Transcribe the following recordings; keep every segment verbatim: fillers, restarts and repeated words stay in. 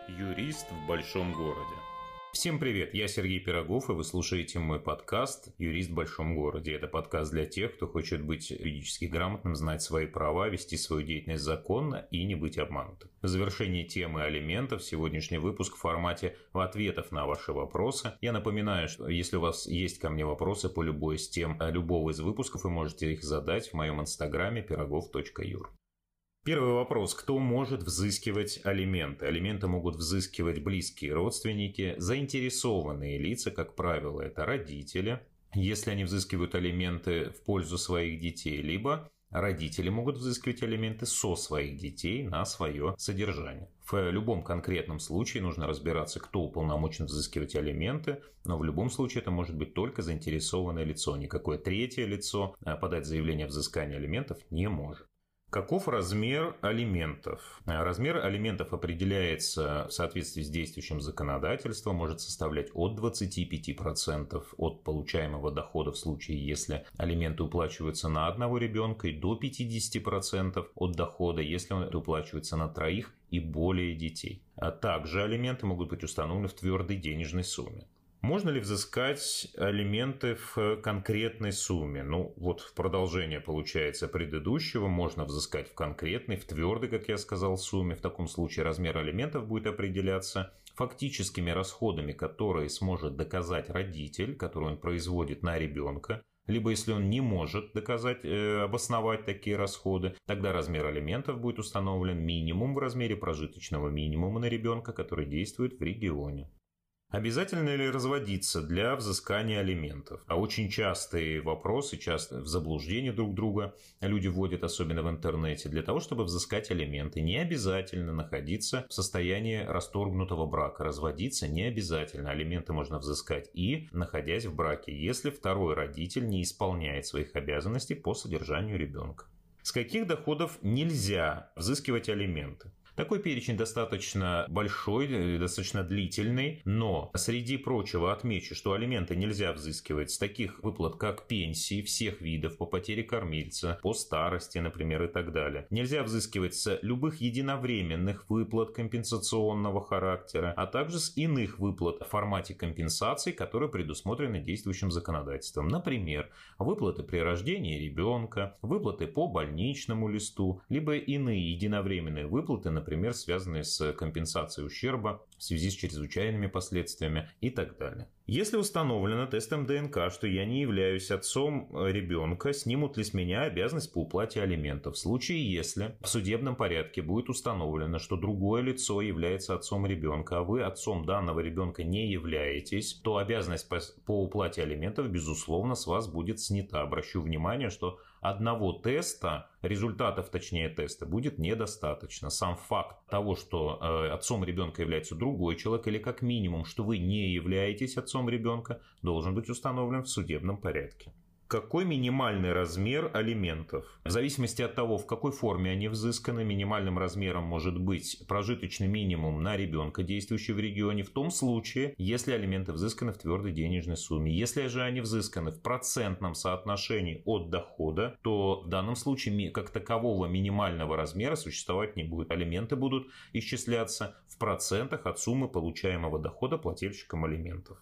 Юрист в большом городе. Всем привет, я Сергей Пирогов, и вы слушаете мой подкаст «Юрист в большом городе». Это подкаст для тех, кто хочет быть юридически грамотным, знать свои права, вести свою деятельность законно и не быть обманутым. В завершении темы алиментов сегодняшний выпуск в формате ответов на ваши вопросы. Я напоминаю, что если у вас есть ко мне вопросы по любой из тем любого из выпусков, вы можете их задать в моем инстаграме пирогов точка юр. Первый вопрос. Кто может взыскивать алименты? Алименты могут взыскивать близкие родственники, заинтересованные лица, как правило, это родители, если они взыскивают алименты в пользу своих детей, либо родители могут взыскивать алименты со своих детей на свое содержание. В любом конкретном случае нужно разбираться, кто уполномочен взыскивать алименты, но в любом случае это может быть только заинтересованное лицо. Никакое третье лицо подать заявление о взыскании алиментов не может. Каков размер алиментов? Размер алиментов определяется в соответствии с действующим законодательством, может составлять от двадцати пяти процентов от получаемого дохода в случае, если алименты уплачиваются на одного ребенка, и до пятидесяти процентов от дохода, если он уплачивается на троих и более детей. А также алименты могут быть установлены в твердой денежной сумме. Можно ли взыскать алименты в конкретной сумме? Ну, вот в продолжение, получается, предыдущего можно взыскать в конкретной, в твердой, как я сказал, сумме. В таком случае размер алиментов будет определяться фактическими расходами, которые сможет доказать родитель, которые он производит на ребенка. Либо если он не может доказать, э, обосновать такие расходы, тогда размер алиментов будет установлен минимум в размере прожиточного минимума на ребенка, который действует в регионе. Обязательно ли разводиться для взыскания алиментов? А очень частые вопросы, часто в заблуждение друг друга люди вводят, особенно в интернете. Для того, чтобы взыскать алименты, не обязательно находиться в состоянии расторгнутого брака. Разводиться не обязательно. Алименты можно взыскать и находясь в браке, если второй родитель не исполняет своих обязанностей по содержанию ребенка. С каких доходов нельзя взыскивать алименты? Такой перечень достаточно большой, достаточно длительный, но среди прочего отмечу, что алименты нельзя взыскивать с таких выплат, как пенсии всех видов по потере кормильца, по старости, например, и так далее. Нельзя взыскивать с любых единовременных выплат компенсационного характера, а также с иных выплат в формате компенсаций, которые предусмотрены действующим законодательством. Например, выплаты при рождении ребенка, выплаты по больничному листу, либо иные единовременные выплаты, например, Например, связанные с компенсацией ущерба в связи с чрезвычайными последствиями и так далее. Если установлено тестом ДНК, что я не являюсь отцом ребенка, снимут ли с меня обязанность по уплате алиментов? В случае, если в судебном порядке будет установлено, что другое лицо является отцом ребенка, а вы отцом данного ребенка не являетесь, то обязанность по уплате алиментов, безусловно, с вас будет снята. Обращу внимание, что одного теста, результатов, точнее теста, будет недостаточно. Сам факт того, что э, отцом ребенка является другой человек, или как минимум, что вы не являетесь отцом ребенка, должен быть установлен в судебном порядке. Какой минимальный размер алиментов? В зависимости от того, в какой форме они взысканы, минимальным размером может быть прожиточный минимум на ребенка, действующий в регионе, в том случае, если алименты взысканы в твердой денежной сумме. Если же они взысканы в процентном соотношении от дохода, то в данном случае как такового минимального размера существовать не будет. Алименты будут исчисляться в процентах от суммы получаемого дохода плательщиком алиментов.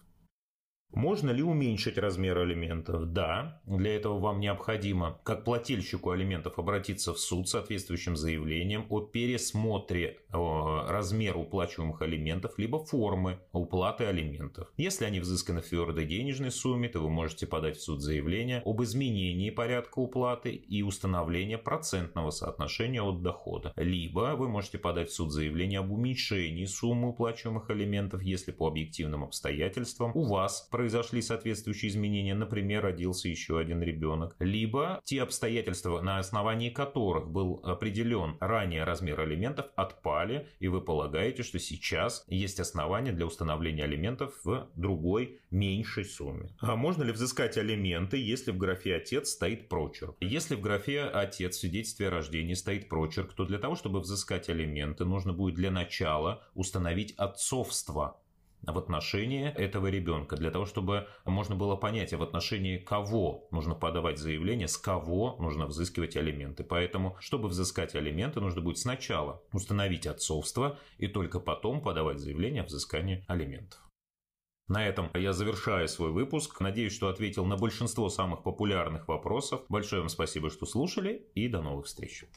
Можно ли уменьшить размер алиментов? Да. Для этого вам необходимо, как плательщику алиментов, обратиться в суд с соответствующим заявлением о пересмотре размера уплачиваемых алиментов, либо формы уплаты алиментов. Если они взысканы в твердой денежной сумме, то вы можете подать в суд заявление об изменении порядка уплаты и установления процентного соотношения от дохода. Либо вы можете подать в суд заявление об уменьшении суммы уплачиваемых алиментов, если по объективным обстоятельствам у вас произошли соответствующие изменения, например, родился еще один ребенок, либо те обстоятельства, на основании которых был определен ранее размер алиментов, отпали, и вы полагаете, что сейчас есть основания для установления алиментов в другой, меньшей сумме. А можно ли взыскать алименты, если в графе «отец» стоит прочерк? Если в графе «отец» в свидетельстве о рождении стоит прочерк, то для того, чтобы взыскать алименты, нужно будет для начала установить отцовство в отношении этого ребенка, для того, чтобы можно было понять, а в отношении кого нужно подавать заявление, с кого нужно взыскивать алименты. Поэтому, чтобы взыскать алименты, нужно будет сначала установить отцовство и только потом подавать заявление о взыскании алиментов. На этом я завершаю свой выпуск. Надеюсь, что ответил на большинство самых популярных вопросов. Большое вам спасибо, что слушали, и до новых встреч.